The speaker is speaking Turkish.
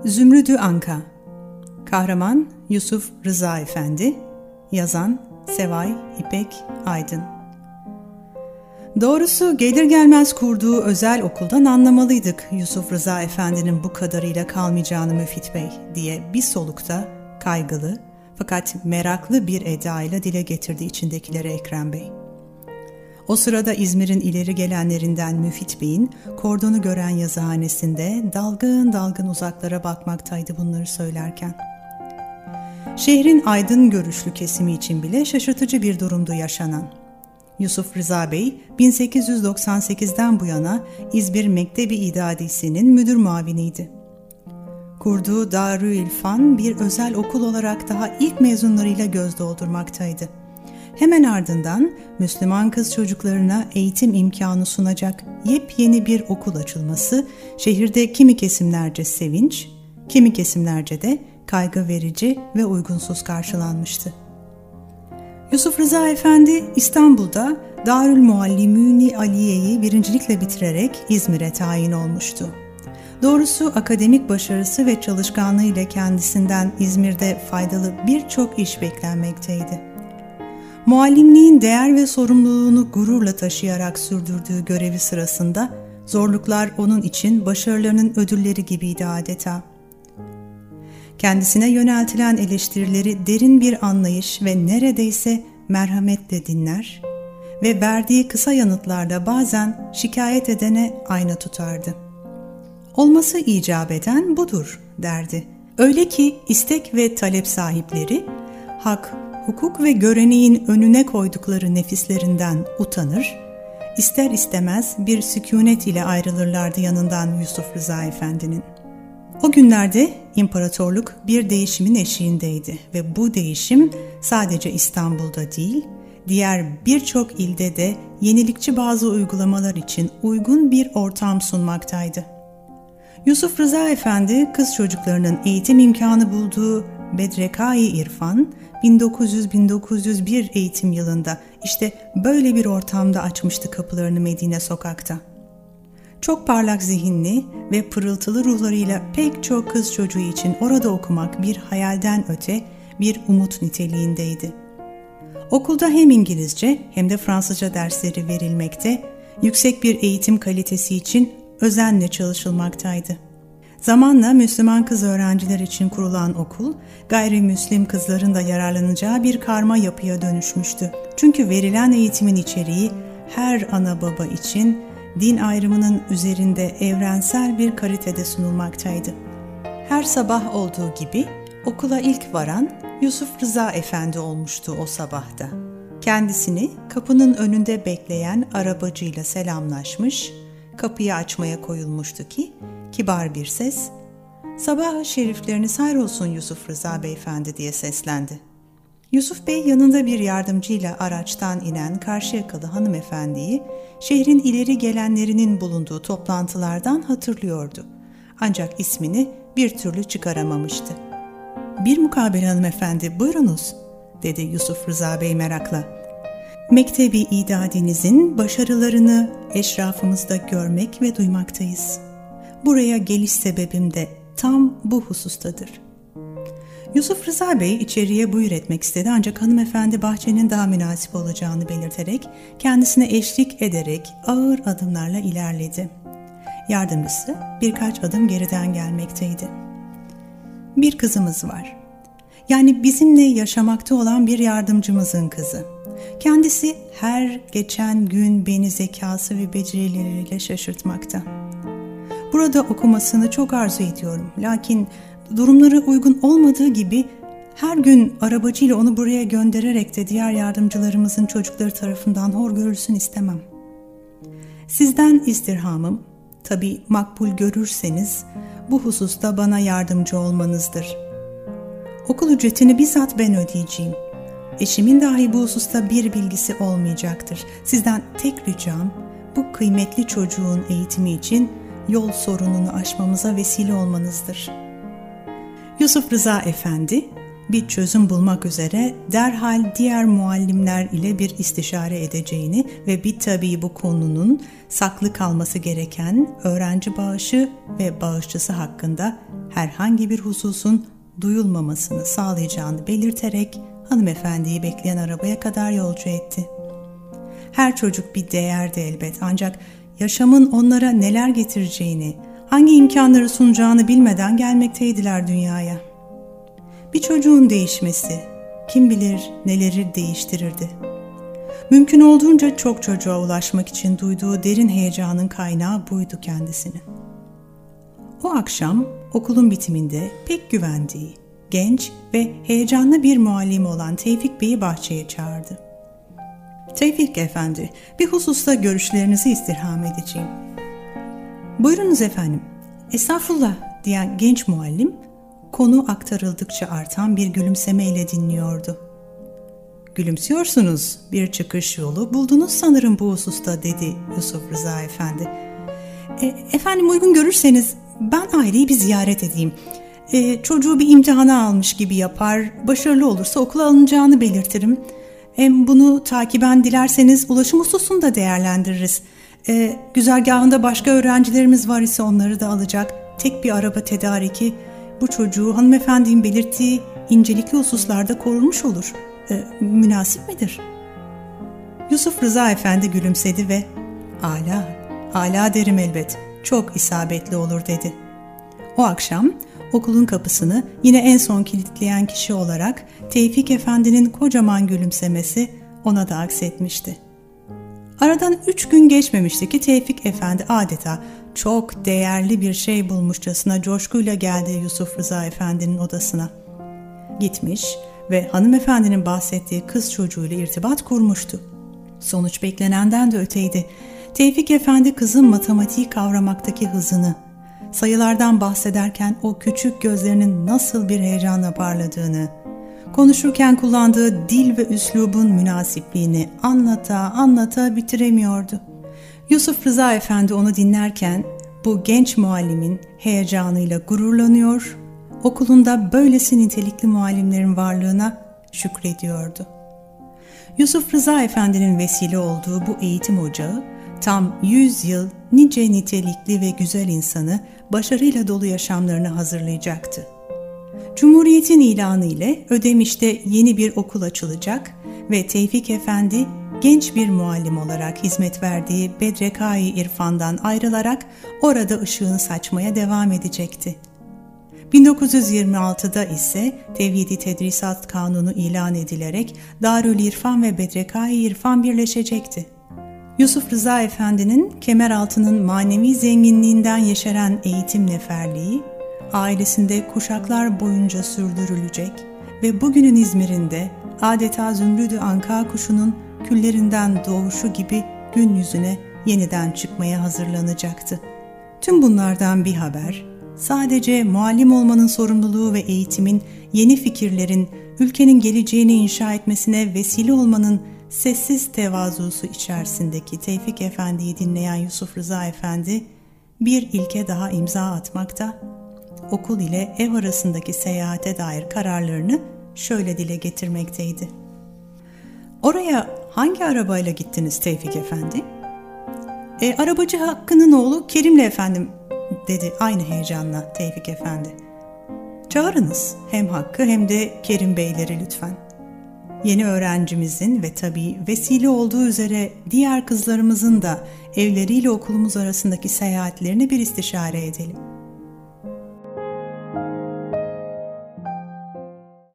Zümrüdü Anka. Kahraman Yusuf Rıza Efendi. Yazan Sevay İpek Aydın. Doğrusu gelir gelmez kurduğu özel okuldan anlamalıydık Yusuf Rıza Efendi'nin bu kadarıyla kalmayacağını Müfit Bey diye bir solukta kaygılı fakat meraklı bir edayla dile getirdi içindekileri Ekrem Bey. O sırada İzmir'in ileri gelenlerinden Müfit Bey'in kordonu gören yazıhanesinde dalgın dalgın uzaklara bakmaktaydı bunları söylerken. Şehrin aydın görüşlü kesimi için bile şaşırtıcı bir durumdu yaşanan. Yusuf Rıza Bey 1898'den bu yana İzmir Mektebi İdadisi'nin müdür muaviniydi. Kurduğu Darülfan bir özel okul olarak daha ilk mezunlarıyla göz doldurmaktaydı. Hemen ardından Müslüman kız çocuklarına eğitim imkanı sunacak yepyeni bir okul açılması şehirde kimi kesimlerce sevinç, kimi kesimlerce de kaygı verici ve uygunsuz karşılanmıştı. Yusuf Rıza Efendi İstanbul'da Darülmuallimûn-i Aliye'yi birincilikle bitirerek İzmir'e tayin olmuştu. Doğrusu akademik başarısı ve çalışkanlığı ile kendisinden İzmir'de faydalı birçok iş beklenmekteydi. Muallimliğin değer ve sorumluluğunu gururla taşıyarak sürdürdüğü görevi sırasında zorluklar onun için başarılarının ödülleri gibiydi adeta. Kendisine yöneltilen eleştirileri derin bir anlayış ve neredeyse merhametle dinler ve verdiği kısa yanıtlarla bazen şikayet edene ayna tutardı. Olması icap eden budur derdi. Öyle ki istek ve talep sahipleri hak, hukuk ve göreneğin önüne koydukları nefislerinden utanır, ister istemez bir sükûnet ile ayrılırlardı yanından Yusuf Rıza Efendi'nin. O günlerde imparatorluk bir değişimin eşiğindeydi ve bu değişim sadece İstanbul'da değil, diğer birçok ilde de yenilikçi bazı uygulamalar için uygun bir ortam sunmaktaydı. Yusuf Rıza Efendi kız çocuklarının eğitim imkanı bulduğu Bedrekai İrfan 1900-1901 eğitim yılında işte böyle bir ortamda açmıştı kapılarını Medine Sokak'ta. Çok parlak zihinli ve pırıltılı ruhlarıyla pek çok kız çocuğu için orada okumak bir hayalden öte bir umut niteliğindeydi. Okulda hem İngilizce hem de Fransızca dersleri verilmekte, yüksek bir eğitim kalitesi için özenle çalışılmaktaydı. Zamanla Müslüman kız öğrenciler için kurulan okul, gayrimüslim kızların da yararlanacağı bir karma yapıya dönüşmüştü. Çünkü verilen eğitimin içeriği her ana baba için din ayrımının üzerinde evrensel bir kalitede sunulmaktaydı. Her sabah olduğu gibi okula ilk varan Yusuf Rıza Efendi olmuştu o sabahta. Kendisini kapının önünde bekleyen arabacıyla selamlaşmış, kapıyı açmaya koyulmuştu ki kibar bir ses, "Sabah-ı şerifleriniz hayrolsun Yusuf Rıza Beyefendi" diye seslendi. Yusuf Bey yanında bir yardımcıyla araçtan inen Karşıyakalı hanımefendiyi şehrin ileri gelenlerinin bulunduğu toplantılardan hatırlıyordu. Ancak ismini bir türlü çıkaramamıştı. "Bir mukabele hanımefendi, buyurunuz," dedi Yusuf Rıza Bey merakla. "Mektebi idadinizin başarılarını eşrafımızda görmek ve duymaktayız. Buraya geliş sebebim de tam bu husustadır." Yusuf Rıza Bey içeriye buyur etmek istedi ancak hanımefendi bahçenin daha münasip olacağını belirterek kendisine eşlik ederek ağır adımlarla ilerledi. Yardımcısı birkaç adım geriden gelmekteydi. "Bir kızımız var. Yani bizimle yaşamakta olan bir yardımcımızın kızı. Kendisi her geçen gün beni zekası ve becerileriyle şaşırtmakta. Burada okumasını çok arzu ediyorum. Lakin durumları uygun olmadığı gibi her gün arabacıyla onu buraya göndererek de diğer yardımcılarımızın çocukları tarafından hor görülsün istemem. Sizden istirhamım, tabii makbul görürseniz bu hususta bana yardımcı olmanızdır. Okul ücretini bizzat ben ödeyeceğim. Eşimin dahi bu hususta bir bilgisi olmayacaktır. Sizden tek ricam bu kıymetli çocuğun eğitimi için yol sorununu aşmamıza vesile olmanızdır." Yusuf Rıza Efendi bir çözüm bulmak üzere derhal diğer muallimler ile bir istişare edeceğini ve bir tabii bu konunun saklı kalması gereken öğrenci bağışı ve bağışçısı hakkında herhangi bir hususun duyulmamasını sağlayacağını belirterek hanımefendiyi bekleyen arabaya kadar yolcu etti. Her çocuk bir değerdi elbet, ancak yaşamın onlara neler getireceğini, hangi imkanları sunacağını bilmeden gelmekteydiler dünyaya. Bir çocuğun değişmesi, kim bilir neleri değiştirirdi. Mümkün olduğunca çok çocuğa ulaşmak için duyduğu derin heyecanın kaynağı buydu kendisinin. O akşam okulun bitiminde pek güvendiği, genç ve heyecanlı bir muallim olan Tevfik Bey'i bahçeye çağırdı. "Tevfik Efendi, bir hususta görüşlerinizi istirham edeceğim." "Buyurunuz efendim." "Estağfurullah," diyen genç muallim, konu aktarıldıkça artan bir gülümsemeyle dinliyordu. "Gülümsüyorsunuz, bir çıkış yolu buldunuz sanırım bu hususta," dedi Yusuf Rıza Efendi. Efendim uygun görürseniz ben aileyi bir ziyaret edeyim. Çocuğu bir imtihana almış gibi yapar, başarılı olursa okula alınacağını belirtirim. Bunu takiben dilerseniz ulaşım hususunu da değerlendiririz. Güzergahında başka öğrencilerimiz var ise onları da alacak tek bir araba tedariki bu çocuğu hanımefendinin belirttiği incelikli hususlarda korunmuş olur. Münasip midir?" Yusuf Rıza Efendi gülümsedi ve "Âlâ derim elbet, çok isabetli olur," dedi. O akşam okulun kapısını yine en son kilitleyen kişi olarak Tevfik Efendi'nin kocaman gülümsemesi ona da aksetmişti. Aradan 3 gün geçmemişti ki Tevfik Efendi adeta çok değerli bir şey bulmuşçasına coşkuyla geldi Yusuf Rıza Efendi'nin odasına. Gitmiş ve hanımefendinin bahsettiği kız çocuğuyla irtibat kurmuştu. Sonuç beklenenden de öteydi. Tevfik Efendi kızın matematiği kavramaktaki hızını, sayılardan bahsederken o küçük gözlerinin nasıl bir heyecanla parladığını, konuşurken kullandığı dil ve üslubun münasipliğini anlata bitiremiyordu. Yusuf Rıza Efendi onu dinlerken bu genç muallimin heyecanıyla gururlanıyor, okulunda böylesi nitelikli muallimlerin varlığına şükrediyordu. Yusuf Rıza Efendi'nin vesile olduğu bu eğitim ocağı, tam 100 yıl nice nitelikli ve güzel insanı başarıyla dolu yaşamlarını hazırlayacaktı. Cumhuriyetin ilanı ile Ödemiş'te yeni bir okul açılacak ve Tevfik Efendi genç bir muallim olarak hizmet verdiği Bedrekai İrfan'dan ayrılarak orada ışığını saçmaya devam edecekti. 1926'da ise Tevhidi Tedrisat Kanunu ilan edilerek Darül İrfan ve Bedrekai İrfan birleşecekti. Yusuf Rıza Efendi'nin Kemeraltı'nın manevi zenginliğinden yeşeren eğitim neferliği, ailesinde kuşaklar boyunca sürdürülecek ve bugünün İzmir'inde adeta Zümrüt-ü Anka kuşunun küllerinden doğuşu gibi gün yüzüne yeniden çıkmaya hazırlanacaktı. Tüm bunlardan bir haber, sadece muallim olmanın sorumluluğu ve eğitimin, yeni fikirlerin ülkenin geleceğini inşa etmesine vesile olmanın sessiz tevazusu içerisindeki Tevfik Efendi'yi dinleyen Yusuf Rıza Efendi bir ilke daha imza atmakta, okul ile ev arasındaki seyahate dair kararlarını şöyle dile getirmekteydi. "Oraya hangi arabayla gittiniz Tevfik Efendi?" "Arabacı Hakkı'nın oğlu Kerim'le efendim," dedi aynı heyecanla Tevfik Efendi. "Çağırınız hem Hakkı hem de Kerim Beyleri lütfen. Yeni öğrencimizin ve tabii vesile olduğu üzere diğer kızlarımızın da evleriyle okulumuz arasındaki seyahatlerini bir istişare edelim."